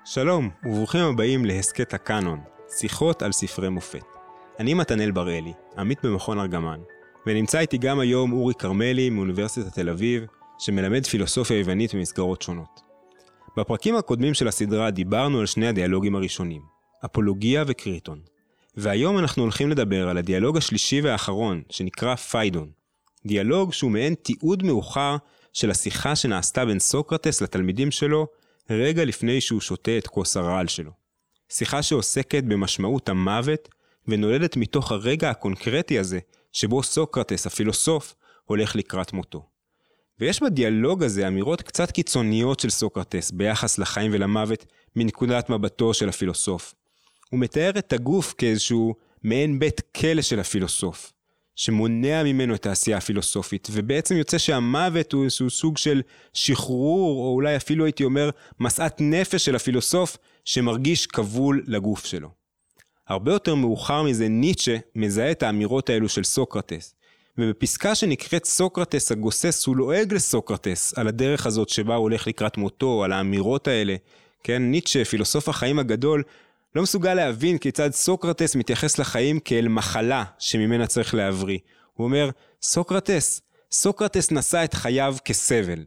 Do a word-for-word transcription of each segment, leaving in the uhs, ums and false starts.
שלום, וברוכים הבאים להסקט הקאנון, שיחות על ספרי מופת. אני מתנאל בראלי, עמית במכון ארגמן, ונמצא איתי גם היום אורי קרמלי מאוניברסיטת תל אביב, שמלמד פילוסופיה יוונית במסגרות שונות. בפרקים הקודמים של הסדרה דיברנו על שני הדיאלוגים הראשונים, אפולוגיה וקריטון. והיום אנחנו הולכים לדבר על הדיאלוג השלישי והאחרון, שנקרא פיידון. דיאלוג שהוא מעין תיעוד מאוחר של השיחה שנעשתה בין סוקרטס לתלמידים שלו, רגע לפני שהוא שותה את כוס הרעל שלו. שיחה שעוסקת במשמעות המוות, ונולדת מתוך הרגע הקונקרטי הזה, שבו סוקרטס, הפילוסוף, הולך לקראת מותו. ויש בדיאלוג הזה אמירות קצת קיצוניות של סוקרטס, ביחס לחיים ולמוות, מנקודת מבטו של הפילוסוף. הוא מתאר את הגוף כאיזשהו מעין בית כלא של הפילוסוף, שמונע ממנו את העשייה הפילוסופית, ובעצם יוצא שהמוות הוא איזשהו סוג של שחרור, או אולי אפילו הייתי אומר, מסעת נפש של הפילוסוף, שמרגיש כבול לגוף שלו. הרבה יותר מאוחר מזה, ניטשה מזהה את האמירות האלו של סוקרטס, ובפסקה שנקראת סוקרטס הגוסס, הוא לועג לסוקרטס, על הדרך הזאת שבה הוא הולך לקראת מותו, על האמירות האלה. כן, ניטשה, פילוסוף החיים הגדול, לא מסוגל להבין כיצד סוקרטס מתייחס לחיים כאל מחלה שממנה צריך להבריא. הוא אומר, סוקרטס, סוקרטס נשא את חייו כסבל.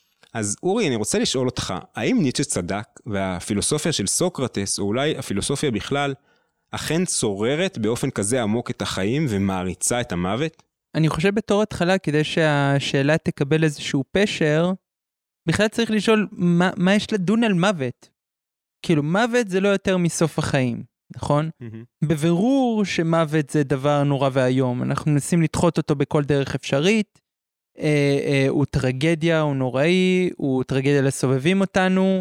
אז אורי, אני רוצה לשאול אותך, האם ניטשה צדק והפילוסופיה של סוקרטס, או אולי הפילוסופיה בכלל, אכן צוררת באופן כזה עמוק את החיים ומעריצה את המוות? אני חושב בתור התחלה, כדי שהשאלה תקבל איזשהו פשר, בכלל צריך לשאול מה, מה יש לדון על מוות. כאילו, מוות זה לא יותר מסוף החיים, נכון? Mm-hmm. בבירור שמוות זה דבר נורא והיום. אנחנו מנסים לדחות אותו בכל דרך אפשרית. אה, אה, הוא טרגדיה, הוא נוראי, הוא טרגדיה לסובבים אותנו,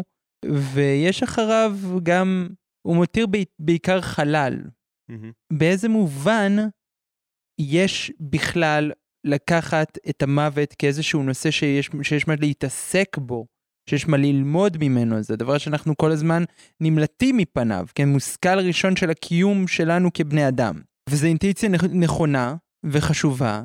ויש אחריו גם, הוא מותיר בעיקר חלל. Mm-hmm. באיזה מובן יש בכלל לקחת את המוות כאיזשהו נושא שיש, שיש מה להתעסק בו, שיש מה ללמוד ממנו, זה דבר שאנחנו כל הזמן נמלטים מפניו, כן, מושכל ראשון של הקיום שלנו כבני אדם. וזו אינטואיציה נכונה וחשובה,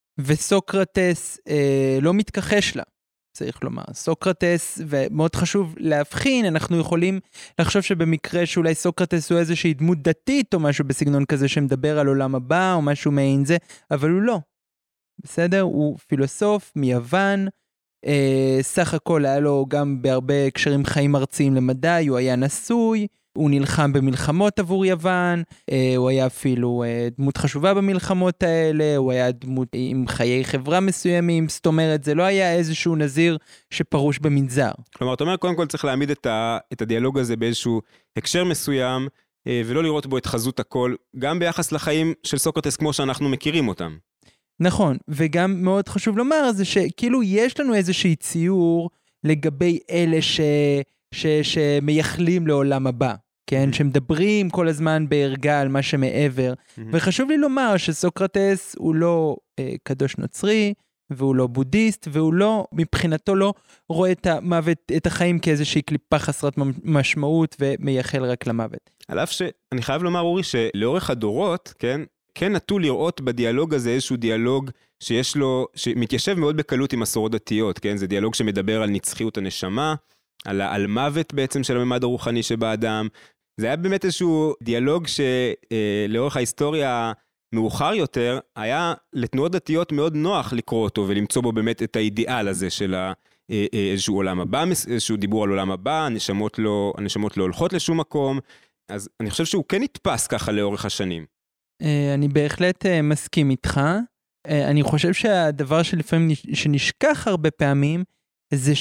וסוקרטס אה, לא מתכחש לה, צריך לומר. סוקרטס, ומאוד חשוב להבחין, אנחנו יכולים לחשוב שבמקרה שאולי סוקרטס הוא איזושהי דמות דתית, או משהו בסגנון כזה שמדבר על עולם הבא, או משהו מעין זה, אבל הוא לא. בסדר? הוא פילוסוף מיוון, Uh, סך הכל היה לו גם בהרבה הקשרים חיים ארציים למדי, הוא היה נשוי, הוא נלחם במלחמות עבור יוון, uh, הוא היה אפילו uh, דמות חשובה במלחמות האלה, הוא היה דמות עם חיי חברה מסוימים, זאת אומרת זה לא היה איזשהו נזיר שפרוש במנזר. כלומר, אתה אומר קודם כל צריך להעמיד את, ה, את הדיאלוג הזה באיזשהו הקשר מסוים, uh, ולא לראות בו את חזות הכל, גם ביחס לחיים של סוקרטס כמו שאנחנו מכירים אותם. נכון, וגם מאוד חשוב לומר זה שכאילו יש לנו איזושהי ציור לגבי אלה ש... ש... שמייחלים לעולם הבא, כן? שמדברים כל הזמן בהרגע על מה שמעבר, וחשוב לי לומר שסוקרטס הוא לא אה, קדוש נוצרי, והוא לא בודהיסט, והוא לא, מבחינתו לא רואה את המוות, את החיים כאיזושהי קליפה חסרת משמעות, ומייחל רק למוות. על אף שאני חייב לומר, אורי, שלאורך הדורות, כן? כן נטו לראות בדיאלוג הזה איזשהו דיאלוג שיש לו, שמתיישב מאוד בקלות עם מסורות דתיות, כן? זה דיאלוג שמדבר על נצחיות הנשמה, על, על מוות בעצם של הממד הרוחני שבאדם. זה היה באמת איזשהו דיאלוג שלאורך ההיסטוריה מאוחר יותר, היה לתנועות דתיות מאוד נוח לקרוא אותו, ולמצוא בו באמת את האידיאל הזה של איזשהו עולם הבא, איזשהו דיבור על עולם הבא, הנשמות לא, הנשמות לא הולכות לשום מקום, אז אני חושב שהוא כן נתפס ככה לאורך השנים. אני בהחלט מסכים איתך. אני חושב שהדבר שלפעמים שנשכח הרבה פעמים, זה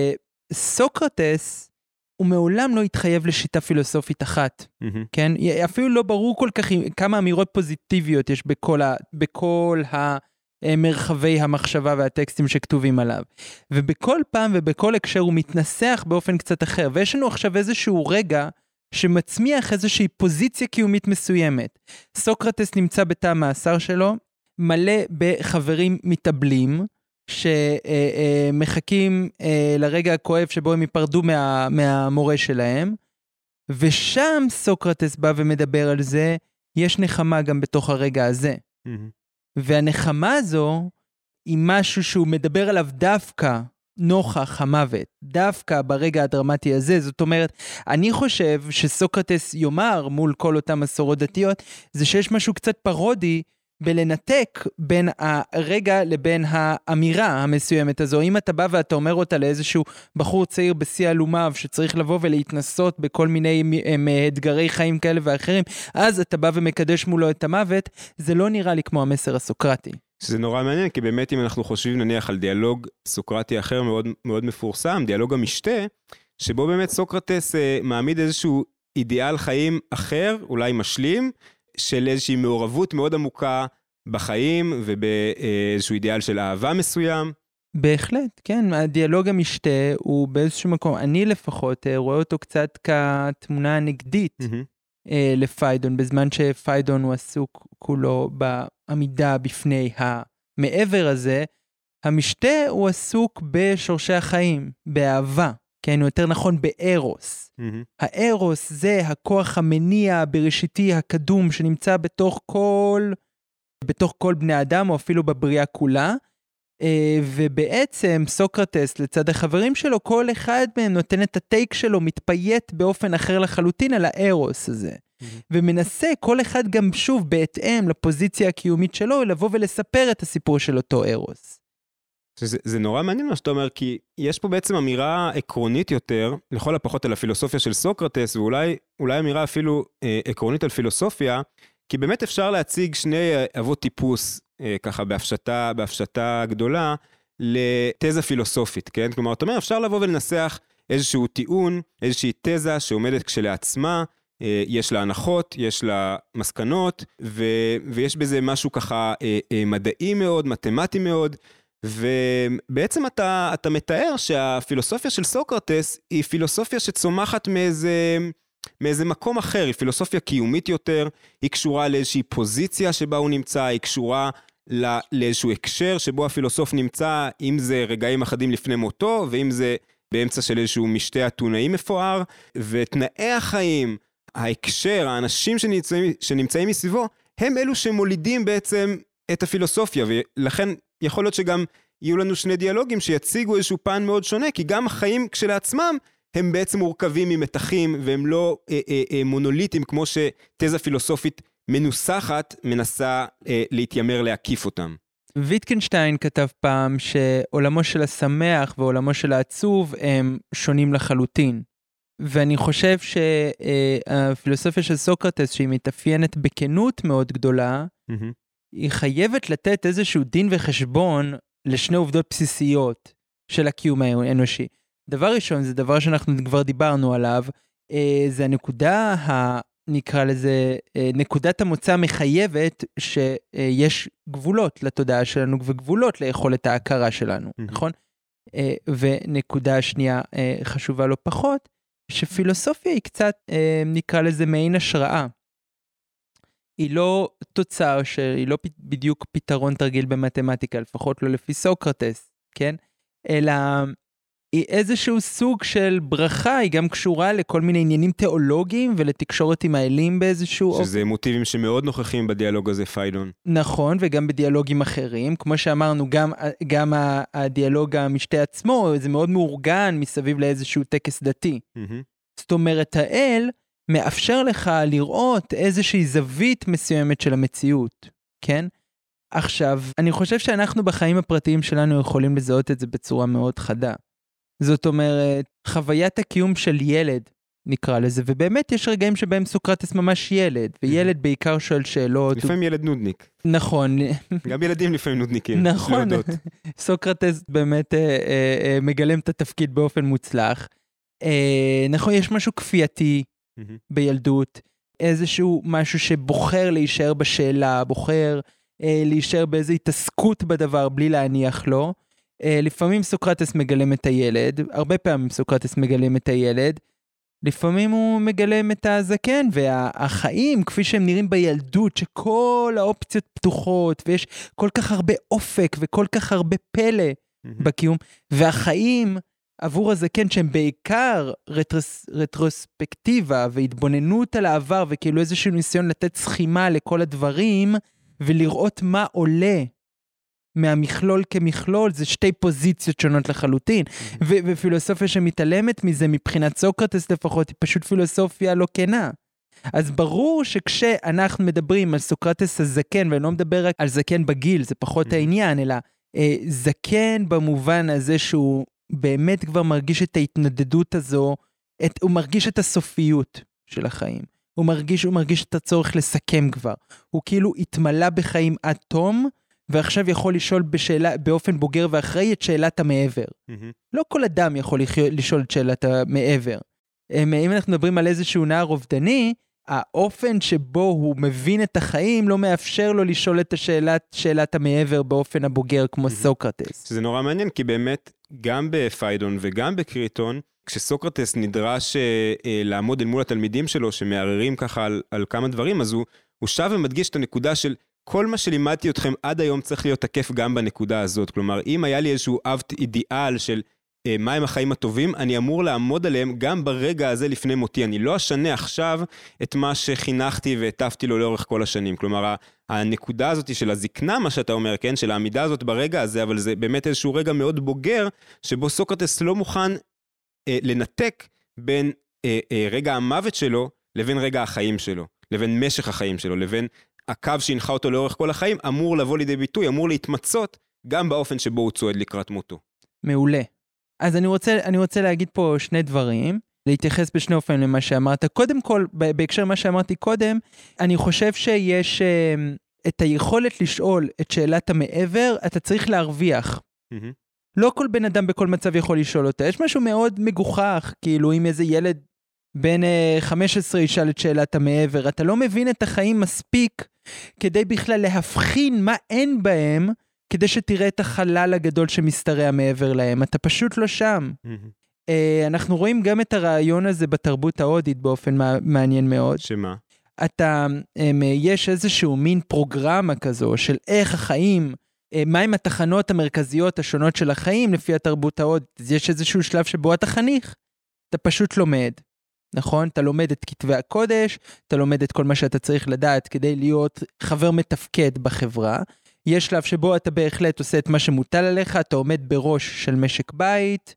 שסוקרטס הוא מעולם לא התחייב לשיטה פילוסופית אחת. Mm-hmm. כן? אפילו לא ברור כל כך כמה אמירות פוזיטיביות יש בכל, ה, בכל המרחבי המחשבה והטקסטים שכתובים עליו. ובכל פעם ובכל הקשר הוא מתנסח באופן קצת אחר. ויש לנו עכשיו איזשהו רגע שמצמיח איזושהי פוזיציה קיומית מסוימת. סוקרטס נמצא בתא המאסר שלו, מלא בחברים מתאבלים, שמחכים לרגע הכואב שבו הם ייפרדו מה, מהמורה שלהם, ושם סוקרטס בא ומדבר על זה, יש נחמה גם בתוך הרגע הזה. Mm-hmm. והנחמה הזו, היא משהו שהוא מדבר עליו דווקא נוכח המוות, דווקא ברגע הדרמטי הזה. זאת אומרת, אני חושב שסוקרטס יאמר מול כל אותם מסורות דתיות, זה שיש משהו קצת פרודי בלנתק בין הרגע לבין האמירה המסוימת הזו. אם אתה בא ואתה אומר אותה לאיזשהו בחור צעיר בשיא אלומיו שצריך לבוא ולהתנסות בכל מיני אתגרי חיים כאלה ואחרים, אז אתה בא ומקדש מולו את המוות, זה לא נראה לי כמו המסר הסוקרטי. שזה נורא מעניין, כי באמת אם אנחנו חושבים נניח על דיאלוג סוקרטי אחר מאוד, מאוד מפורסם, דיאלוג המשתה, שבו באמת סוקרטס אה, מעמיד איזשהו אידיאל חיים אחר, אולי משלים, של איזושהי מעורבות מאוד עמוקה בחיים, ובאיזשהו אידיאל של אהבה מסוים. בהחלט, כן, הדיאלוג המשתה הוא באיזשהו מקום, אני לפחות רואה אותו קצת כתמונה הנגדית mm-hmm. לפיידון, בזמן שפיידון הוא עסוק כולו בעמידה בפני המעבר הזה, המשתה הוא עסוק בשורשי החיים, באהבה, כן, הוא יותר נכון בארוס. Mm-hmm. הארוס זה הכוח המניע בראשיתי הקדום שנמצא בתוך כל, בתוך כל בני אדם או אפילו בבריאה כולה, ובעצם סוקרטס לצד החברים שלו, כל אחד מהם נותן את הטייק שלו, מתפייט באופן אחר לחלוטין על הארוס הזה. Mm-hmm. ומנסה כל אחד גם שוב בהתאם לפוזיציה הקיומית שלו, לבוא ולספר את הסיפור של אותו ארוס. זה, זה נורא מעניין מה שאתה אומר, כי יש פה בעצם אמירה עקרונית יותר, לכל הפחות על הפילוסופיה של סוקרטס, ואולי אולי אמירה אפילו אה, עקרונית על פילוסופיה, כי באמת אפשר להציג שני אבות טיפוס, אה, ככה בהפשטה, בהפשטה גדולה, לתזה פילוסופית, כן? כלומר, אתה אומר, אפשר לבוא ולנסח איזשהו טיעון, איזושהי תזה שעומדת כשלעצמה, אה, יש לה הנחות, יש לה מסקנות, ו, ויש בזה משהו ככה אה, אה, מדעי מאוד, מתמטי מאוד, ובעצם אתה, אתה מתאר שהפילוסופיה של סוקרטס היא פילוסופיה שצומחת מאיזה, מאיזה מקום אחר, היא פילוסופיה קיומית יותר, היא קשורה לאיזושהי פוזיציה שבה הוא נמצא, היא קשורה לא, לאיזשהו הקשר שבו הפילוסוף נמצא, אם זה רגעים אחדים לפני מותו, ואם זה באמצע של איזשהו משתה אתונאי מפואר, ותנאי החיים, ההקשר, האנשים שנמצאים, שנמצאים מסביבו, הם אלו שמולידים בעצם את הפילוסופיה, ולכן יכול להיות שגם יהיו לנו שני דיאלוגים שיציגו איזשהו פן מאוד שונה, כי גם החיים כשלעצמם הם בעצם מורכבים ממתחים, והם לא אה, אה, אה, מונוליטים, כמו שתזה פילוסופית מנוסחת מנסה אה, להתיימר להקיף אותם. ויטקנשטיין כתב פעם שעולמו של השמח ועולמו של העצוב הם שונים לחלוטין. ואני חושב שהפילוסופיה של סוקרטס, שהיא מתאפיינת בכנות מאוד גדולה, mm-hmm. היא חייבת לתת איזשהו דין וחשבון לשני עובדות בסיסיות של הקיום האנושי. דבר ראשון, זה דבר שאנחנו כבר דיברנו עליו, זה הנקודה, נקרא לזה, נקודת המוצא מחייבת שיש גבולות לתודעה שלנו וגבולות ליכולת ההכרה שלנו, mm-hmm. נכון? ונקודה שנייה חשובה לא פחות, שפילוסופיה היא קצת, נקרא לזה, מעין השראה. היא לא תוצר, שהיא לא בדיוק פתרון תרגיל במתמטיקה, לפחות לא לפי סוקרטס, כן? אלא היא איזשהו סוג של ברכה, היא גם קשורה לכל מיני עניינים תיאולוגיים ולתקשורת עם האלים באיזשהו... שזה אופן. מוטיבים שמאוד נוכחים בדיאלוג הזה, פיידון. נכון, וגם בדיאלוגים אחרים. כמו שאמרנו, גם, גם הדיאלוג המשתה עצמו, זה מאוד מאורגן מסביב לאיזשהו טקס דתי. Mm-hmm. זאת אומרת, האל מאפשר לך לראות איזושהי זווית מסוימת של המציאות, כן? עכשיו, אני חושב שאנחנו בחיים הפרטיים שלנו יכולים לזהות את זה בצורה מאוד חדה. זאת אומרת, חוויית הקיום של ילד, נקרא לזה, ובאמת יש רגעים שבהם סוקרטס ממש ילד, וילד בעיקר שואל שאלות. לפעמים הוא... ילד נודניק. נכון. גם ילדים לפעמים נודניקים. נכון. סוקרטס באמת אה, אה, מגלם את התפקיד באופן מוצלח. אה, נכון, יש משהו כפייתי בילדות, איזשהו משהו שבוחר להישאר בשאלה, בוחר אה, להישאר באיזו התעסקות בדבר בלי להניח לו. לפעמים סוקרטס מגלם את הילד, הרבה פעמים סוקרטס מגלם את הילד, לפעמים הוא מגלם את הזקן, והחיים כפי שהם נראים בילדות, שכל האופציות פתוחות, ויש כל כך הרבה אופק, וכל כך הרבה פלא mm-hmm. בקיום, והחיים עבור הזקן, שהם בעיקר רטרס, רטרוספקטיבה, והתבוננות על העבר, וכאילו איזשהו ניסיון לתת סכימה לכל הדברים, ולראות מה עולה, מהמכלול כמכלול, זה שתי פוזיציות שונות לחלוטין, ו- ופילוסופיה שמתעלמת מזה, מבחינת סוקרטס לפחות, היא פשוט פילוסופיה לא כנה. אז ברור שכשאנחנו מדברים על סוקרטס הזקן, ואני לא מדבר רק על זקן בגיל, זה פחות העניין, אלא אה, זקן במובן הזה שהוא באמת כבר מרגיש את ההתנדדות הזו, את, הוא מרגיש את הסופיות של החיים. הוא מרגיש, הוא מרגיש את הצורך לסכם כבר. הוא כאילו התמלא בחיים עד תום, ועכשיו יכול לשאול בשאלה, באופן בוגר ואחראי את שאלת המעבר. Mm-hmm. לא כל אדם יכול לשאול את שאלת המעבר. אם אנחנו מדברים על איזשהו נער אובדני, האופן שבו הוא מבין את החיים לא מאפשר לו לשאול את השאלת, שאלת המעבר באופן הבוגר כמו mm-hmm. סוקרטס. זה נורא מעניין, כי באמת גם בפיידון וגם בקריטון, כשסוקרטס נדרש אה, לעמוד אל מול התלמידים שלו, שמערערים ככה על, על כמה דברים, אז הוא, הוא שב ומדגיש את הנקודה של כל מה שלימדתי אתכם עד היום צריך להיות תקף גם בנקודה הזאת. כלומר, אם היה לי איזשהו אבט אידיאל של אה, מהם החיים הטובים, אני אמור לעמוד עליהם גם ברגע הזה לפני מותי. אני לא אשנה עכשיו את מה שחינכתי והטפתי לו לאורך כל השנים. כלומר, הנקודה הזאת של הזקנה, מה שאתה אומר, כן, של העמידה הזאת ברגע הזה, אבל זה באמת איזשהו רגע מאוד בוגר, שבו סוקרטס לא מוכן אה, לנתק בין אה, אה, רגע המוות שלו לבין רגע החיים שלו, לבין משך החיים שלו, לבין הקו שהנחה אותו לאורך כל החיים, אמור לבוא לידי ביטוי, אמור להתמצות, גם באופן שבו הוא צועד לקראת מותו. מעולה. אז אני רוצה, אני רוצה להגיד פה שני דברים, להתייחס בשני אופן למה שאמרת. קודם כל, בהקשר מה שאמרתי קודם, אני חושב שיש את היכולת לשאול את שאלת המעבר, אתה צריך להרוויח. Mm-hmm. לא כל בן אדם בכל מצב יכול לשאול אותה. יש משהו מאוד מגוחך, כאילו אם איזה ילד בן חמש עשרה ישאל את שאלת המעבר, אתה לא מבין את החיים מספיק כדי בכלל להבחין מה אין בהם, כדי שתראה את החלל הגדול שמסתרע מעבר להם. אתה פשוט לא שם. Mm-hmm. אנחנו רואים גם את הרעיון הזה בתרבות ההודית באופן מעניין מאוד. שמה? אתה, יש איזשהו מין פרוגרמה כזו של איך החיים, מהם התחנות המרכזיות השונות של החיים לפי התרבות ההודית. יש איזשהו שלב שבו אתה חניך, אתה פשוט לומד. נכון? אתה לומד את כתבי הקודש, אתה לומד את כל מה שאתה צריך לדעת כדי להיות חבר מתפקד בחברה. יש שלב שבו אתה בהחלט עושה את מה שמוטל עליך, אתה עומד בראש של משק בית,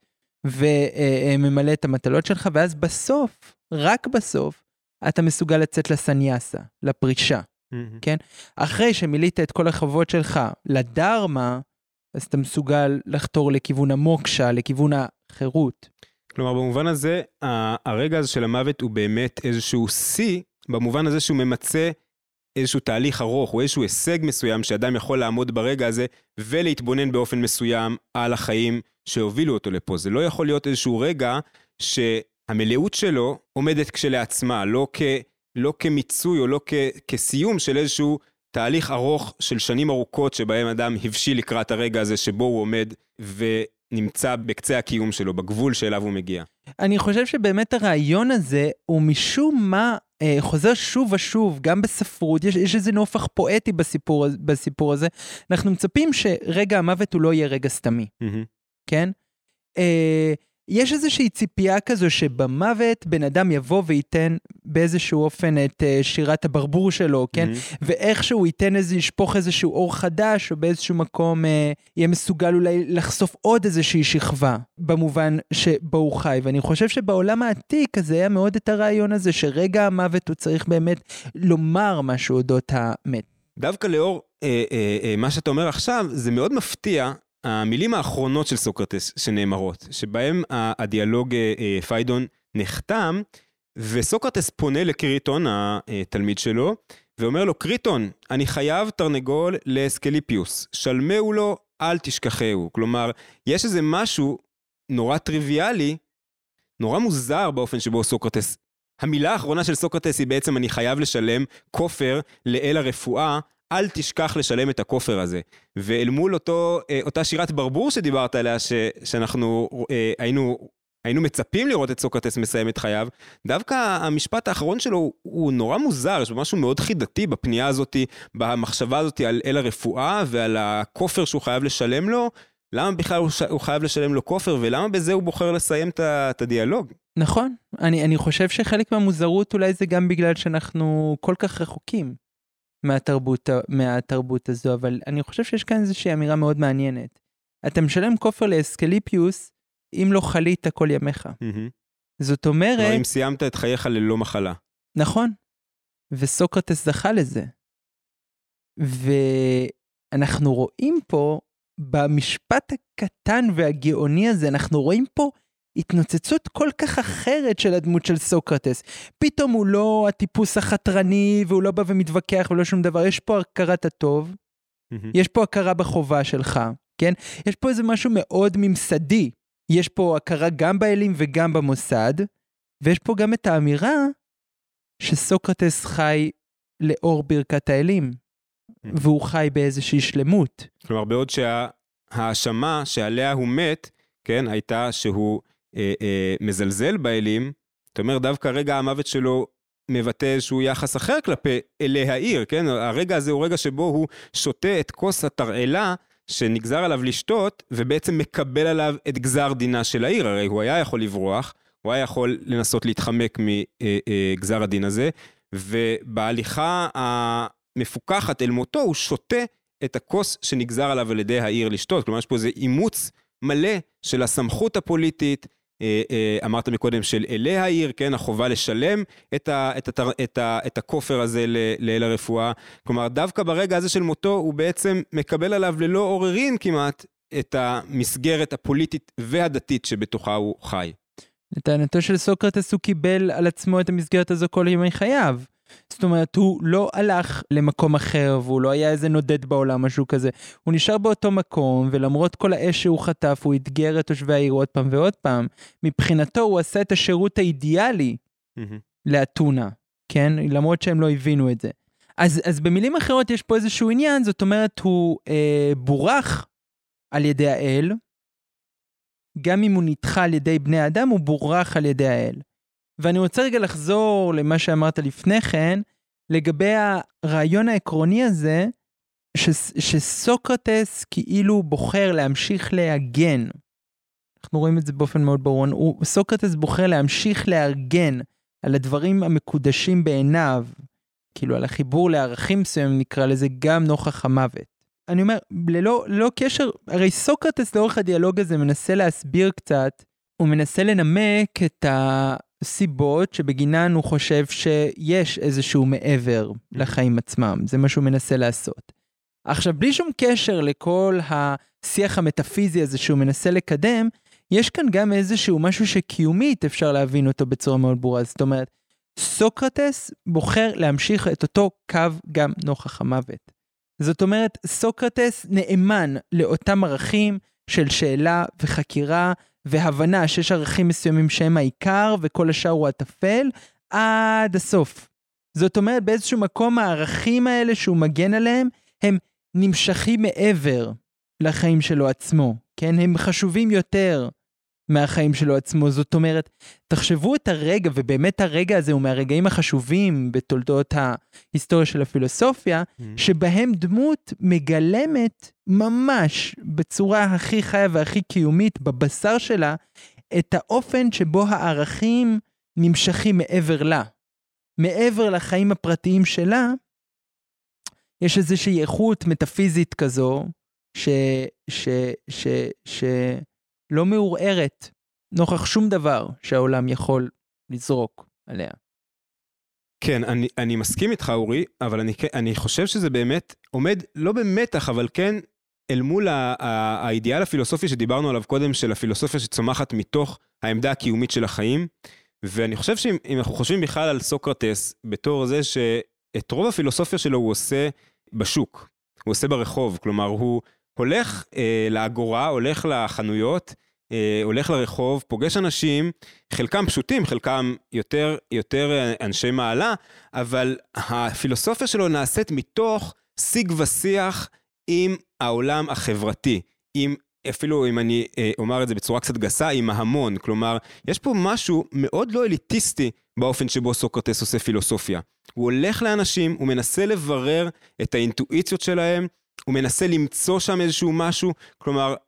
וממלא את המטלות שלך, ואז בסוף, רק בסוף, אתה מסוגל לצאת לסניאסה, לפרישה. Mm-hmm. כן? אחרי שמילאת את כל החובות שלך לדרמה, אז אתה מסוגל לחתור לכיוון המוקשה, לכיוון החירות. כלומר, במובן הזה, הרגע הזה של המוות הוא באמת איזשהו שיא, במובן הזה שהוא ממצא איזשהו תהליך ארוך, או איזשהו הישג מסוים, שאדם יכול לעמוד ברגע הזה, ולהתבונן באופן מסוים על החיים שהובילו אותו לפה. זה לא יכול להיות איזשהו רגע, שהמלאות שלו עומדת כשלעצמה, לא, כ, לא כמיצוי, או לא כ, כסיום של איזשהו תהליך ארוך, של שנים ארוכות, שבהם אדם הבשיל לקראת הרגע הזה, שבו הוא עומד ו... נמצא בקצה הקיום שלו, בגבול שאליו הוא מגיע. אני חושב שבאמת הרעיון הזה, הוא משום מה אה, חוזר שוב ושוב, גם בספרות, יש, יש איזה נופח פואטי בסיפור, בסיפור הזה, אנחנו מצפים שרגע המוות הוא לא יהיה רגע סתמי, mm-hmm. כן? אה, יש איזושהי ציפייה כזו שבמוות בן אדם יבוא וייתן באיזשהו אופן את שירת הברבור שלו, כן? Mm-hmm. ואיכשהו ייתן איזה, ישפוך איזשהו אור חדש, או באיזשהו מקום אה, יהיה מסוגל אולי לחשוף עוד איזושהי שכבה, במובן שבו הוא חי. ואני חושב שבעולם העתיק הזה היה מאוד את הרעיון הזה, שרגע המוות הוא צריך באמת לומר משהו אודות המת. דווקא לאור אה, אה, אה, מה שאתה אומר עכשיו, זה מאוד מפתיע, המילים האחרונות של סוקרטס שנאמרות, שבהם הדיאלוג פיידון נחתם, וסוקרטס פונה לקריטון, התלמיד שלו, ואומר לו, קריטון, אני חייב תרנגול לאסקליפיוס, שלמהו לו, אל תשכחהו. כלומר, יש איזה משהו נורא טריוויאלי, נורא מוזר באופן שבו סוקרטס, המילה האחרונה של סוקרטס היא בעצם, אני חייב לשלם כופר לאל הרפואה, אל תשכח לשלם את הכופר הזה. ואל מול אותו, אותה שירת ברבור שדיברת עליה, ש, שאנחנו היינו, היינו מצפים לראות את סוקרטס מסיים את חייו, דווקא המשפט האחרון שלו הוא נורא מוזר, יש משהו מאוד חידתי בפנייה הזאת, במחשבה הזאת על אל הרפואה ועל הכופר שהוא חייב לשלם לו, למה בכלל הוא, ש... הוא חייב לשלם לו כופר, ולמה בזה הוא בוחר לסיים את, את הדיאלוג? נכון, אני, אני חושב שחלק מהמוזרות אולי זה גם בגלל שאנחנו כל כך רחוקים. מהתרבות, מהתרבות הזו, אבל אני חושב שיש כאן איזושהי אמירה מאוד מעניינת. אתה משלם כופר לאסקליפיוס, אם לא חלית כל ימיך. Mm-hmm. זאת אומרת... לא, אם סיימת את חייך ללא מחלה. נכון. וסוקרטס זכה לזה. ואנחנו רואים פה, במשפט הקטן והגאוני הזה, אנחנו רואים פה התנוצצות כל כך אחרת של הדמות של סוקרטס. פתאום הוא לא הטיפוס החתרני, והוא לא בא ומתווכח ולא שום דבר. יש פה הכרת הטוב, mm-hmm. יש פה הכרה בחובה שלך, כן? יש פה איזה משהו מאוד ממסדי. יש פה הכרה גם באלים וגם במוסד, ויש פה גם את האמירה שסוקרטס חי לאור ברכת האלים, mm-hmm. והוא חי באיזושהי שלמות. כלומר, בעוד שההאשמה שעליה הוא מת, כן, הייתה שהוא אה, אה, מזלזל באלים, זאת אומרת, דווקא רגע המוות שלו מבטא איזשהו יחס אחר כלפי אלי העיר, כן? הרגע הזה הוא רגע שבו הוא שותה את כוס התרעלה, שנגזר עליו לשתות, ובעצם מקבל עליו את גזר דינה של העיר. הרי הוא היה יכול לברוח, הוא היה יכול לנסות להתחמק מגזר הדין הזה, ובהליכה המפוקחת אל מותו, הוא שותה את הכוס שנגזר עליו על ידי העיר לשתות. כלומר, יש פה איזה אימוץ מלא של הסמכות הפוליטית, אמרת מקודם של אלי העיר, כן, החובה לשלם את, ה, את, ה, את, ה, את הכופר הזה לאל הרפואה. כלומר, דווקא ברגע הזה של מותו, הוא בעצם מקבל עליו ללא עוררין כמעט את המסגרת הפוליטית והדתית שבתוכה הוא חי. לטענתו של סוקרטס הוא קיבל על עצמו את המסגרת הזו כל ימי חייו. זאת אומרת, הוא לא הלך למקום אחר, והוא לא היה איזה נודד בעולם, משהו כזה. הוא נשאר באותו מקום, ולמרות כל האש שהוא חטף, הוא התגר את תושבי העיר עוד פעם ועוד פעם. מבחינתו הוא עשה את השירות האידיאלי mm-hmm. לאתונה, כן? למרות שהם לא הבינו את זה. אז, אז במילים אחרות יש פה איזשהו עניין, זאת אומרת, הוא אה, בורח על ידי האל, גם אם הוא נדחה על ידי בני האדם, הוא בורח על ידי האל. ואני רוצה רגע לחזור למה שאמרת לפני כן, לגבי הרעיון העקרוני הזה, ש, שסוקרטס כאילו בוחר להמשיך להגן. אנחנו רואים את זה באופן מאוד ברור. הוא, סוקרטס בוחר להמשיך להגן על הדברים המקודשים בעיניו, כאילו על החיבור לערכים מסוים, נקרא לזה גם נוכח המוות. אני אומר, ללא, ללא קשר, הרי סוקרטס לאורך הדיאלוג הזה מנסה להסביר קצת, הוא מנסה לנמק את ה... סיבות שבגינן הוא חושב שיש איזשהו מעבר לחיים עצמם. זה מה שהוא מנסה לעשות. עכשיו, בלי שום קשר לכל השיח המטאפיזי הזה שהוא מנסה לקדם, יש כאן גם איזשהו משהו שקיומית אפשר להבין אותו בצורה מאוד ברורה. זאת אומרת, סוקרטס בוחר להמשיך את אותו קו גם נוכח המוות. זאת אומרת, סוקרטס נאמן לאותם ערכים של שאלה וחקירה, והבנה שיש ערכים מסוימים שהם העיקר, וכל השאר הוא הטפל, עד הסוף. זאת אומרת, באיזשהו מקום הערכים האלה שהוא מגן עליהם, הם נמשכים מעבר לחיים שלו עצמו, כן? הם חשובים יותר מהחיים שלו עצמו. זאת אומרת, תחשבו את הרגע, ובאמת הרגע הזה הוא מהרגעים החשובים בתולדות ההיסטוריה של הפילוסופיה, mm-hmm. שבהם דמות מגלמת ממש בצורה הכי חיה והכי קיומית בבשר שלה, את האופן שבו הערכים נמשכים מעבר לה. מעבר לחיים הפרטיים שלה, יש איזושהי איכות מטאפיזית כזו, ש... ש... ש... ש... לא מעורערת, נוכח שום דבר שהעולם יכול לזרוק עליה. כן, אני, אני מסכים איתך, אורי, אבל אני, אני חושב שזה באמת עומד, לא במתח, אבל כן, אל מול ה, ה, האידיאל הפילוסופי שדיברנו עליו קודם, של הפילוסופיה שצומחת מתוך העמדה הקיומית של החיים, ואני חושב שאם אנחנו חושבים בכלל על סוקרטס, בתור זה שאת רוב הפילוסופיה שלו הוא עושה בשוק, הוא עושה ברחוב, כלומר הוא הולך אה, לאגורה, הולך לחנויות, אה, הולך לרחוב, פוגש אנשים, חלקם פשוטים, חלקם יותר, יותר אנשי מעלה, אבל הפילוסופיה שלו נעשית מתוך שיג ושיח עם העולם החברתי, עם, אפילו אם אני אה, אומר את זה בצורה קצת גסה, עם ההמון, כלומר, יש פה משהו מאוד לא אליטיסטי באופן שבו סוקרטס עושה פילוסופיה. הוא הולך לאנשים, הוא מנסה לברר את האינטואיציות שלהם, הוא מנסה למצוא שם איזשהו משהו, כלומר,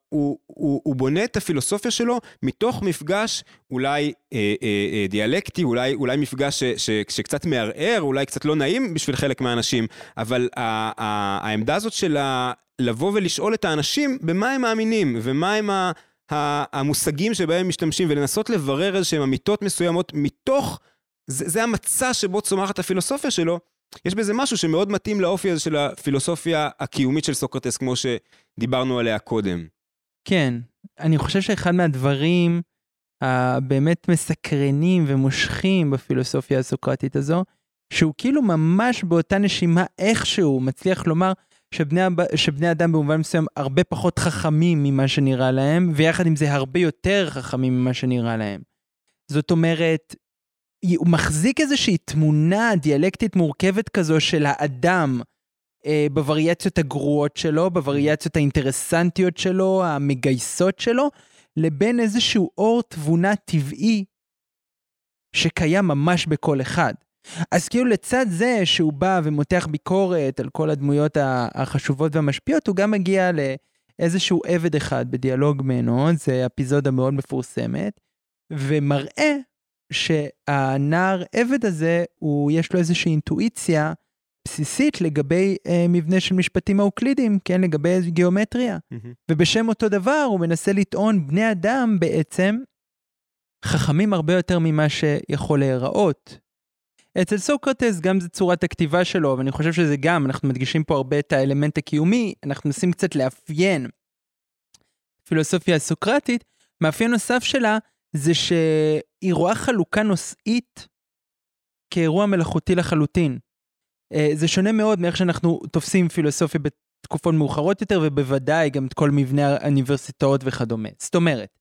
הוא, הוא, הוא בונה את הפילוסופיה שלו מתוך מפגש אולי אה, אה, אה, דיאלקטי, אולי, אולי מפגש ש, ש, שקצת מערער, אולי קצת לא נעים בשביל חלק מהאנשים, אבל ה, ה, העמדה הזאת של לבוא ולשאול את האנשים במה הם מאמינים, ומה הם ה, ה, המושגים שבהם הם משתמשים, ולנסות לברר איזשהם אמיתות מסוימות מתוך, זה, זה המצע שבו צומחת הפילוסופיה שלו, יש בזה משהו שמאוד מתאים לאופי הזה של הפילוסופיה הקיומית של סוקרטס, כמו שדיברנו עליה קודם. כן, אני חושב שאחד מהדברים הבאמת מסקרנים ומושכים בפילוסופיה הסוקרטית הזו, שהוא כאילו ממש באותה נשימה איכשהו מצליח לומר שבני, שבני אדם במובן מסוים הרבה פחות חכמים ממה שנראה להם, ויחד עם זה הרבה יותר חכמים ממה שנראה להם. זאת אומרת, הוא מחזיק איזושהי תמונה דיאלקטית מורכבת כזו של האדם אה, בווריאציות הגרועות שלו, בווריאציות האינטרסנטיות שלו, המגייסות שלו, לבין איזשהו אור תבונה טבעי שקיים ממש בכל אחד. אז כאילו לצד זה שהוא בא ומותח ביקורת על כל הדמויות החשובות והמשפיעות, הוא גם מגיע לאיזשהו עבד אחד בדיאלוג ממנו, זה אפיזודה מאוד מפורסמת, ומראה שהנער עבד הזה, הוא, יש לו איזושהי אינטואיציה בסיסית לגבי אה, מבנה של משפטים האוקלידיים, כן, לגבי גיאומטריה. Mm-hmm. ובשם אותו דבר הוא מנסה לטעון בני אדם בעצם חכמים הרבה יותר ממה שיכול להיראות. אצל סוקרטס גם זה צורת הכתיבה שלו, ואני חושב שזה גם, אנחנו מדגישים פה הרבה את האלמנט הקיומי, אנחנו נסים קצת לאפיין פילוסופיה הסוקרטית, מאפיין נוסף שלה זה שהיא רואה חלוקה נושאית כאירוע מלאכותי לחלוטין. זה שונה מאוד מאיך שאנחנו תופסים פילוסופיה בתקופות מאוחרות יותר, ובוודאי גם את כל מבנה האוניברסיטאות וכדומה. זאת אומרת,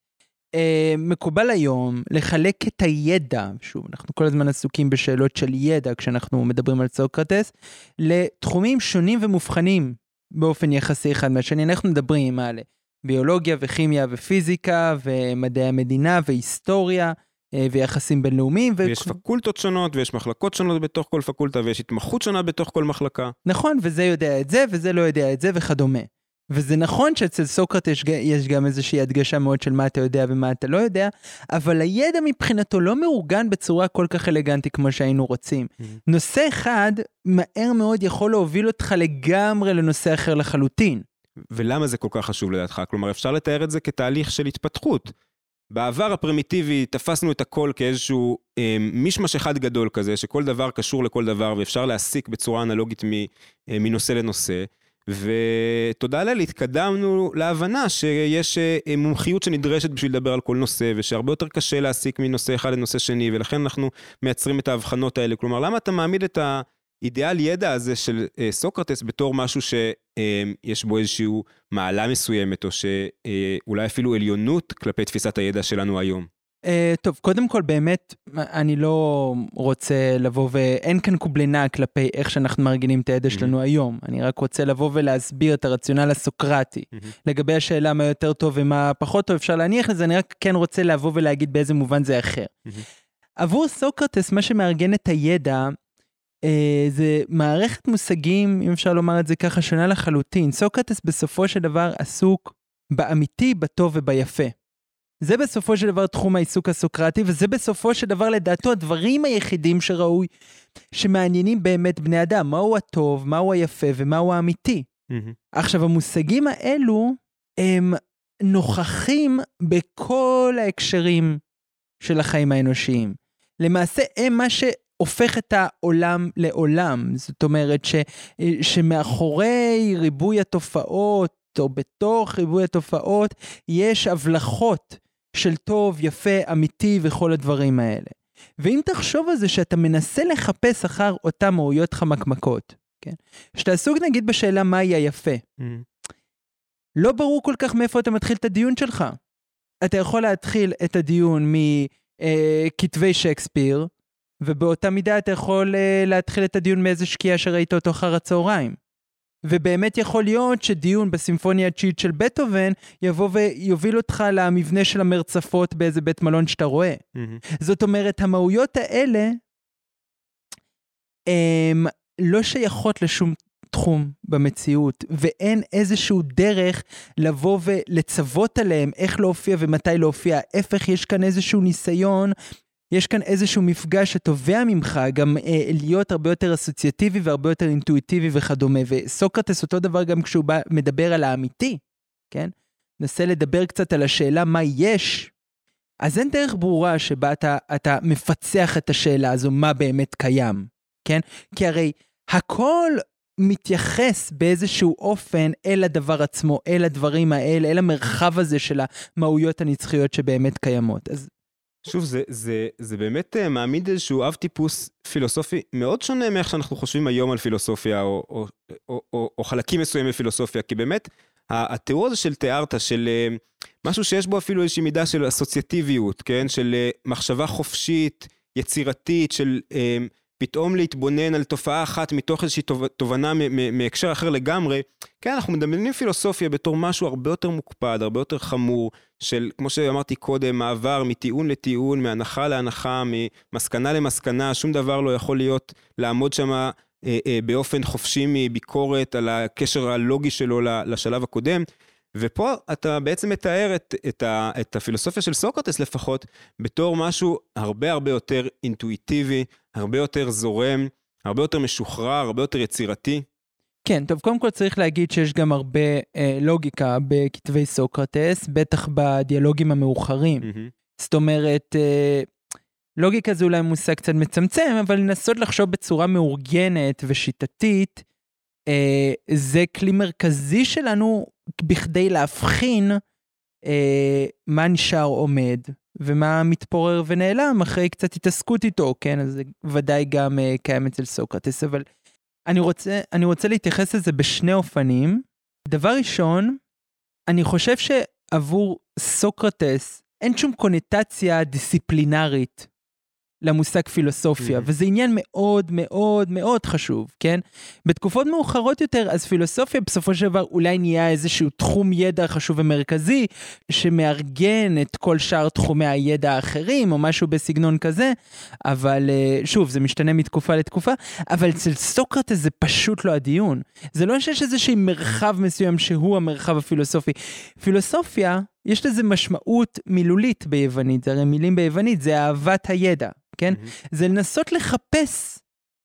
מקובל היום לחלק את הידע, שוב, אנחנו כל הזמן עסוקים בשאלות של ידע כשאנחנו מדברים על סוקרטס, לתחומים שונים ומובחנים באופן יחסי אחד מהשני. אנחנו מדברים על ביולוגיה וכימיה ופיזיקה ומדעי המדינה והיסטוריה ויחסים בינלאומיים. ויש ו... פקולטות שונות ויש מחלקות שונות בתוך כל פקולטה ויש התמחות שונה בתוך כל מחלקה. נכון, וזה יודע את זה וזה לא יודע את זה וכדומה. וזה נכון שאצל סוקרטס יש, יש גם איזושהי הדגשה מאוד של מה אתה יודע ומה אתה לא יודע, אבל הידע מבחינתו לא מאורגן בצורה כל כך אלגנטית כמו שהיינו רוצים. Mm-hmm. נושא אחד מהר מאוד יכול להוביל אותך לגמרי לנושא אחר לחלוטין. ולמה זה כל כך חשוב לדעתך? כלומר, אפשר לתאר את זה כתהליך של התפתחות. בעבר הפרימיטיבי תפסנו את הכל כאיזשהו אה, משמש אחד גדול כזה, שכל דבר קשור לכל דבר, ואפשר להסיק בצורה אנלוגית מ, אה, מנושא לנושא, ותודה לה, התקדמנו להבנה שיש אה, מומחיות שנדרשת בשביל לדבר על כל נושא, ושהרבה יותר קשה להסיק מנושא אחד לנושא שני, ולכן אנחנו מייצרים את ההבחנות האלה. כלומר, למה אתה מעמיד את ה... אידיאל ידע הזה של אה, סוקרטס בתור משהו שיש בו איזשהו מעלה מסוימת, או שאולי אפילו עליונות כלפי תפיסת הידע שלנו היום? אה, טוב, קודם כל באמת, אני לא רוצה לבוא ואין כאן קובלנה כלפי איך שאנחנו מרגילים את הידע שלנו mm-hmm. היום. אני רק רוצה לבוא ולהסביר את הרציונל הסוקרטי. Mm-hmm. לגבי השאלה מה יותר טוב ומה פחות טוב, אפשר להניח לזה, אני רק כן רוצה לבוא ולהגיד באיזה מובן זה אחר. Mm-hmm. עבור סוקרטס, מה שמארגן את הידע, Uh, זה מערכת מושגים, אם אפשר לומר את זה ככה, שונה לחלוטין. סוקרטס בסופו של דבר עסוק באמיתי, בטוב וביפה. זה בסופו של דבר תחום העיסוק הסוקרטי, וזה בסופו של דבר לדעתו הדברים היחידים שראוי, שמעניינים באמת בני אדם. מהו הטוב, מהו היפה ומהו האמיתי. Mm-hmm. עכשיו, המושגים האלו הם נוכחים בכל ההקשרים של החיים האנושיים. למעשה הם מה ש... הופך את העולם לעולם. זאת אומרת ש, שמאחורי ריבוי התופעות, או בתוך ריבוי התופעות, יש הבלחות של טוב, יפה, אמיתי וכל הדברים האלה. ואם תחשוב על זה שאתה מנסה לחפש אחר אותם מהויות חמקמקות, כן? שאתה עסוק נגיד בשאלה מהי היפה. Mm. לא ברור כל כך מאיפה אתה מתחיל את הדיון שלך. אתה יכול להתחיל את הדיון מכתבי שייקספיר, ובאותה מידה אתה יכול uh, להתחיל את הדיון מאיזה שקיעה שראית אותו אחר הצהריים. ובאמת יכול להיות שדיון בסימפוניה התשיעית של בטהובן יבוא ויוביל אותך למבנה של המרצפות באיזה בית מלון שאתה רואה. Mm-hmm. זאת אומרת, המהויות האלה הם לא שייכות לשום תחום במציאות, ואין איזשהו דרך לבוא ולצוות עליהם איך להופיע ומתי להופיע. ההפך, יש כאן איזשהו ניסיון, יש כאן איזשהו מפגש שתובע ממך גם אה, להיות הרבה יותר אסוציאטיבי והרבה יותר אינטואיטיבי וכדומה. וסוקרטס אותו דבר גם כשהוא בא, מדבר על האמיתי, כן? נסה לדבר קצת על השאלה מה יש, אז אין דרך ברורה שבה אתה, אתה מפצח את השאלה הזו, מה באמת קיים, כן? כי הרי הכל מתייחס באיזשהו אופן אל הדבר עצמו, אל הדברים האלה, אל המרחב הזה של המהויות הנצחיות שבאמת קיימות. אז שוב, זה, זה, זה באמת uh, מעמיד איזשהו אב טיפוס פילוסופי מאוד שונה מאיך שאנחנו חושבים היום על פילוסופיה, או, או, או, או, או חלקים מסוימים בפילוסופיה, כי באמת, התיאור הזה של תיארת, של uh, משהו שיש בו אפילו איזושהי מידה של אסוציאטיביות, כן? של uh, מחשבה חופשית, יצירתית, של uh, פתאום להתבונן על תופעה אחת מתוך איזושהי תובנה מהקשר אחר לגמרי. כן, אנחנו מדמיינים פילוסופיה בתור משהו הרבה יותר מוקפד, הרבה יותר חמור, של, כמו שאמרתי קודם, מעבר מטיעון לטיעון, מהנחה להנחה, ממסקנה למסקנה, שום דבר לא יכול להיות לעמוד שם אה, אה, באופן חופשי מביקורת על הקשר הלוגי שלו לשלב הקודם. ופה אתה בעצם מתאר את, את, ה, את הפילוסופיה של סוקרטס לפחות, בתור משהו הרבה הרבה יותר אינטואיטיבי, הרבה יותר זורם, הרבה יותר משוחרר, הרבה יותר יצירתי. כן, טוב, קודם כל צריך להגיד שיש גם הרבה אה, לוגיקה בכתבי סוקרטס, בטח בדיאלוגים המאוחרים. Mm-hmm. זאת אומרת, אה, לוגיקה זה אולי מושג קצת מצמצם, אבל לנסות לחשוב בצורה מאורגנת ושיטתית, אה, זה כלי מרכזי שלנו בכדי להבחין אה, מה נשאר עומד, ומה מתפורר ונעלם אחרי קצת התעסקות איתו, כן? אז זה ודאי גם אה, קיים אצל סוקרטס, אבל אני רוצה, אני רוצה להתייחס לזה בשני אופנים. דבר ראשון, אני חושב שעבור סוקרטס אין שום קונוטציה דיסציפלינרית למושג פילוסופיה, mm-hmm. וזה עניין מאוד מאוד מאוד חשוב, כן? בתקופות מאוחרות יותר, אז פילוסופיה בסופו של דבר אולי נהיה איזשהו תחום ידע חשוב ומרכזי, שמארגן את כל שאר תחומי הידע האחרים, או משהו בסגנון כזה, אבל שוב, זה משתנה מתקופה לתקופה, אבל אצל סוקרטס זה פשוט לא הדיון. זה לא שיש איזשהו מרחב מסוים שהוא המרחב הפילוסופי. פילוסופיה, יש לזה משמעות מילולית ביוונית, זה הרי מילים ביוונית, זה אהבת הידע, כן? Mm-hmm. זה לנסות לחפש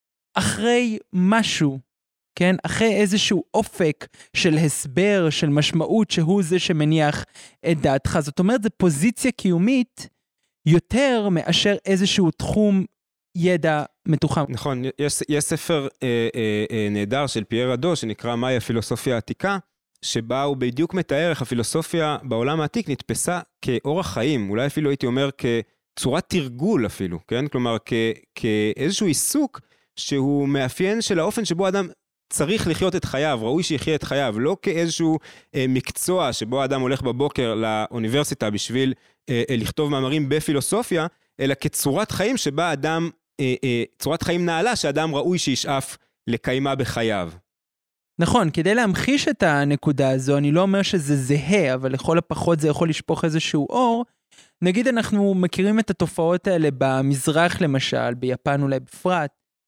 אחרי משהו, כן? אחרי איזשהו אופק של הסבר, של משמעות, שהוא זה שמניח את דעתך. זאת אומרת, זו פוזיציה קיומית יותר מאשר איזשהו תחום ידע מתוחם. נכון, יש, יש ספר אה, אה, אה, נהדר של פייר אדו, שנקרא מהי הפילוסופיה העתיקה, שבה הוא בדיוק מתאר איך הפילוסופיה בעולם העתיק נתפסה כאורח חיים, אולי אפילו הייתי אומר כצורת תרגול אפילו, כן? כלומר, כ- כאיזשהו עיסוק שהוא מאפיין של האופן שבו אדם צריך לחיות את חייו, ראוי שיחיה את חייו, לא כאיזשהו אה, מקצוע שבו אדם הולך בבוקר לאוניברסיטה בשביל אה, אה, לכתוב מאמרים בפילוסופיה, אלא כצורת חיים שבה אדם, אה, אה, צורת חיים נעלה שאדם ראוי שישאף לקיימה בחייו. נכון, כדי להמחיש את הנקודה הזו, אני לא אומר שזה זהה, אבל לכל הפחות זה יכול לשפוך איזשהו אור. נגיד אנחנו מכירים את התופעות האלה במזרח למשל, ביפן אולי בפרט,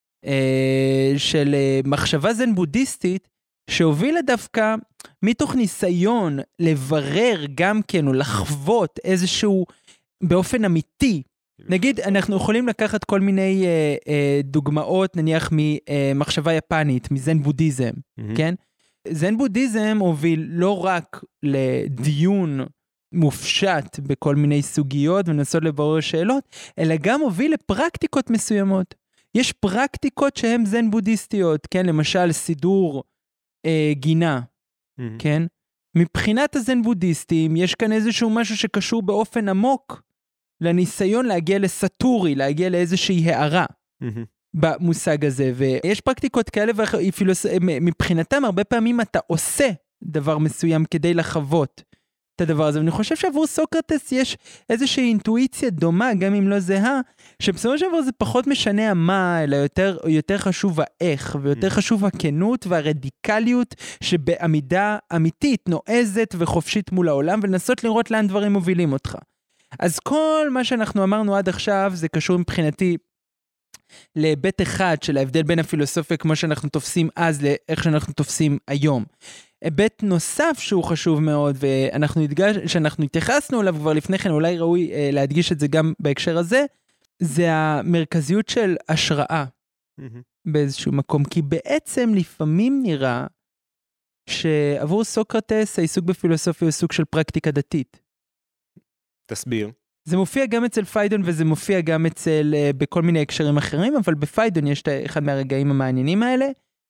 של מחשבה זן בודהיסטית, שהובילה דווקא מתוך ניסיון לברר גם כן, או לחוות איזשהו באופן אמיתי. נגיד, אנחנו יכולים לקחת כל מיני אה, אה, דוגמאות, נניח ממחשבה יפנית, מזן בודהיזם, mm-hmm. כן? זן בודהיזם הוביל לא רק לדיון מופשט בכל מיני סוגיות ונסות לברר שאלות, אלא גם הוביל לפרקטיקות מסוימות. יש פרקטיקות שהן זן בודהיסטיות, כן? למשל סידור אה, גינה, mm-hmm. כן? מבחינת הזן בודהיסטים, יש כאן איזשהו משהו שקשור באופן עמוק, לניסיון להגיע לסטורי, להגיע לאיזושהי הערה mm-hmm. במושג הזה, ויש פרקטיקות כאלה, ומבחינתם הרבה פעמים אתה עושה דבר מסוים כדי לחוות את הדבר הזה, ואני חושב שעבור סוקרטס יש איזושהי אינטואיציה דומה, גם אם לא זהה, שבסופו של דבר זה פחות משנה המה, אלא יותר, יותר חשוב האיך, ויותר mm-hmm. חשוב הכנות והרדיקליות, שבעמידה אמיתית, נועזת וחופשית מול העולם, ולנסות לראות לאן דברים מובילים אותך. אז כל מה שאנחנו אמרנו עד עכשיו, זה קשור מבחינתי להיבט אחד של ההבדל בין הפילוסופיה כמו שאנחנו תופסים אז לאיך שאנחנו תופסים היום. היבט נוסף שהוא חשוב מאוד, ואנחנו הדגש, שאנחנו התייחסנו אליו כבר לפני כן, אולי ראוי אה, להדגיש את זה גם בהקשר הזה, זה המרכזיות של השראה mm-hmm. באיזשהו מקום, כי בעצם לפעמים נראה שעבור סוקרטס העיסוק בפילוסופיה הוא סוג של פרקטיקה דתית. תסביר. זה מופיע גם אצל פיידון וזה מופיע גם אצל, uh, בכל מיני הקשרים אחרים, אבל בפיידון יש אחד מהרגעים המעניינים האלה.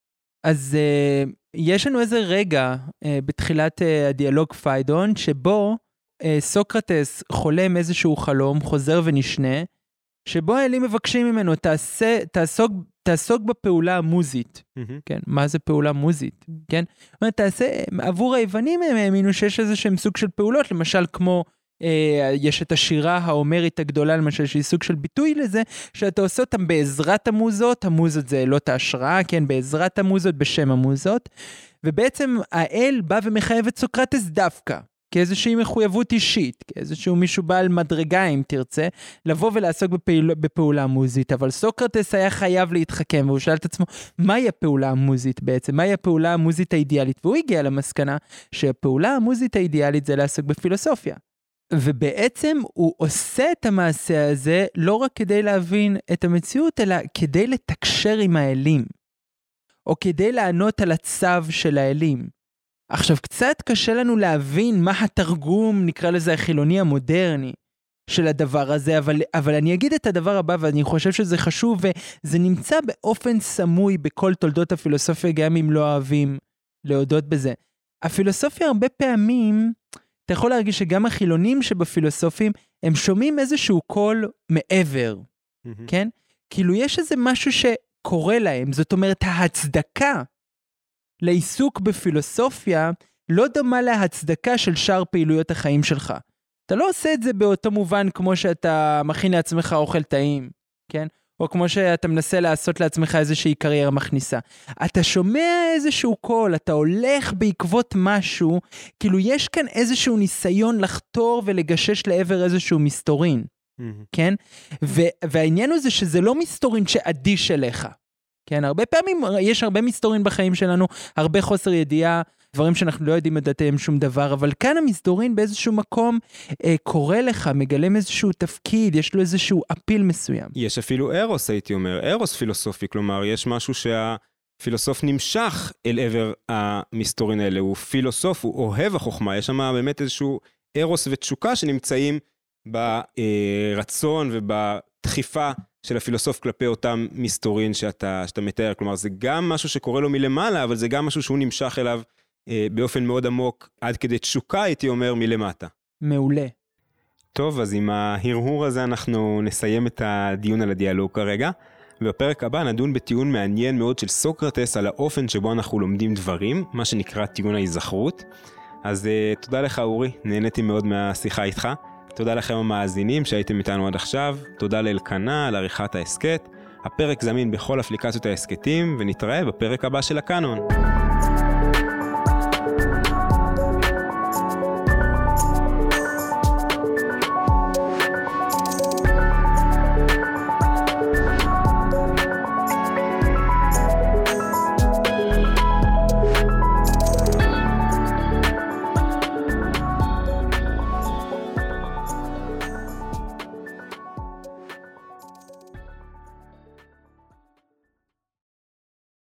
אז uh, יש לנו איזה רגע uh, בתחילת uh, הדיאלוג פיידון, שבו uh, סוקרטס חולם איזשהו חלום, חוזר ונשנה, שבו האלים מבקשים ממנו, תעשה, תעסוק, תעסוק בפעולה המוזית. Mm-hmm. כן, מה זה פעולה מוזית? כן? זאת אומרת, תעשה, עבור היוונים הם האמינו שיש איזשהם סוג של פעולות, למשל כמו, אה, יש את השירה האומרית הגדולה, למשל, שהיא סוג של ביטוי לזה, שאתה עושה אותם בעזרת המוזות, המוזות זה לא את ההשראה, כן, בעזרת המוזות, בשם המוזות, ובעצם האל בא ומחייב את סוקרטס דווקא. כאיזושהי מחויבות אישית, כאיזשהו מישהו בעל מדרגה, אם תרצה, לבוא ולעסוק בפעול, בפעולה מוזית, אבל סוקרטס היה חייב להתחכם, והוא שאל את עצמו, מהי הפעולה המוזית בעצם? מהי הפעולה המוזית האידיאלית? והוא הגיע למסקנה שהפעולה המוזית האידיאלית זה לעסוק בפילוסופיה. ובעצם הוא עושה את המעשה הזה לא רק כדי להבין את המציאות, אלא כדי לתקשר עם האלים, או כדי לענות על הצו של האלים. עכשיו, קצת קשה לנו להבין מה התרגום, נקרא לזה החילוני המודרני, של הדבר הזה, אבל, אבל אני אגיד את הדבר הבא, ואני חושב שזה חשוב, וזה נמצא באופן סמוי בכל תולדות הפילוסופיה, גם אם לא אוהבים להודות בזה. הפילוסופיה הרבה פעמים, אתה יכול להרגיש שגם החילונים שבפילוסופים, הם שומעים איזשהו קול מעבר, mm-hmm. כן? כאילו יש איזה משהו שקורה להם, זאת אומרת, ההצדקה, לעיסוק בפילוסופיה לא דומה להצדקה של שאר פעילויות החיים שלך. אתה לא עושה את זה באותו מובן כמו שאתה מכין לעצמך אוכל טעים, כן? או כמו שאתה מנסה לעשות לעצמך איזושהי קריירה מכניסה. אתה שומע איזשהו קול, אתה הולך בעקבות משהו, כאילו יש כאן איזשהו ניסיון לחתור ולגשש לעבר איזשהו מסתורין, mm-hmm. כן? ו- והעניין הוא זה שזה לא מסתורין שאדיש אליך. כן, הרבה פעמים יש הרבה מסתורין בחיים שלנו, הרבה חוסר ידיעה, דברים שאנחנו לא יודעים לדעתם שום דבר, אבל כאן המסתורין באיזשהו מקום אה, קורא לך, מגלם איזשהו תפקיד, יש לו איזשהו אפיל מסוים. יש אפילו אירוס, הייתי אומר, אירוס פילוסופי, כלומר, יש משהו שהפילוסוף נמשך אל עבר המסתורין האלה, הוא פילוסוף, הוא אוהב החוכמה, יש שם באמת איזשהו אירוס ותשוקה שנמצאים ברצון ובדחיפה של הפילוסוף כלפי אותם מסתורין שאתה, שאתה מתאר. כלומר, זה גם משהו שקורה לו מלמעלה, אבל זה גם משהו שהוא נמשך אליו אה, באופן מאוד עמוק, עד כדי תשוקה, הייתי אומר, מלמטה. מעולה. טוב, אז עם ההרהור הזה אנחנו נסיים את הדיון על הדיאלוג כרגע, ובפרק הבא נדון בטיעון מעניין מאוד של סוקרטס על האופן שבו אנחנו לומדים דברים, מה שנקרא טיעון ההיזכרות. אז אה, תודה לך אורי, נהניתי מאוד מהשיחה איתך. תודה לכם המאזינים שהייתם איתנו עד עכשיו, תודה לאלקנה על עריכת ההסקט, הפרק זמין בכל אפליקציות ההסקטים, ונתראה בפרק הבא של הקאנון.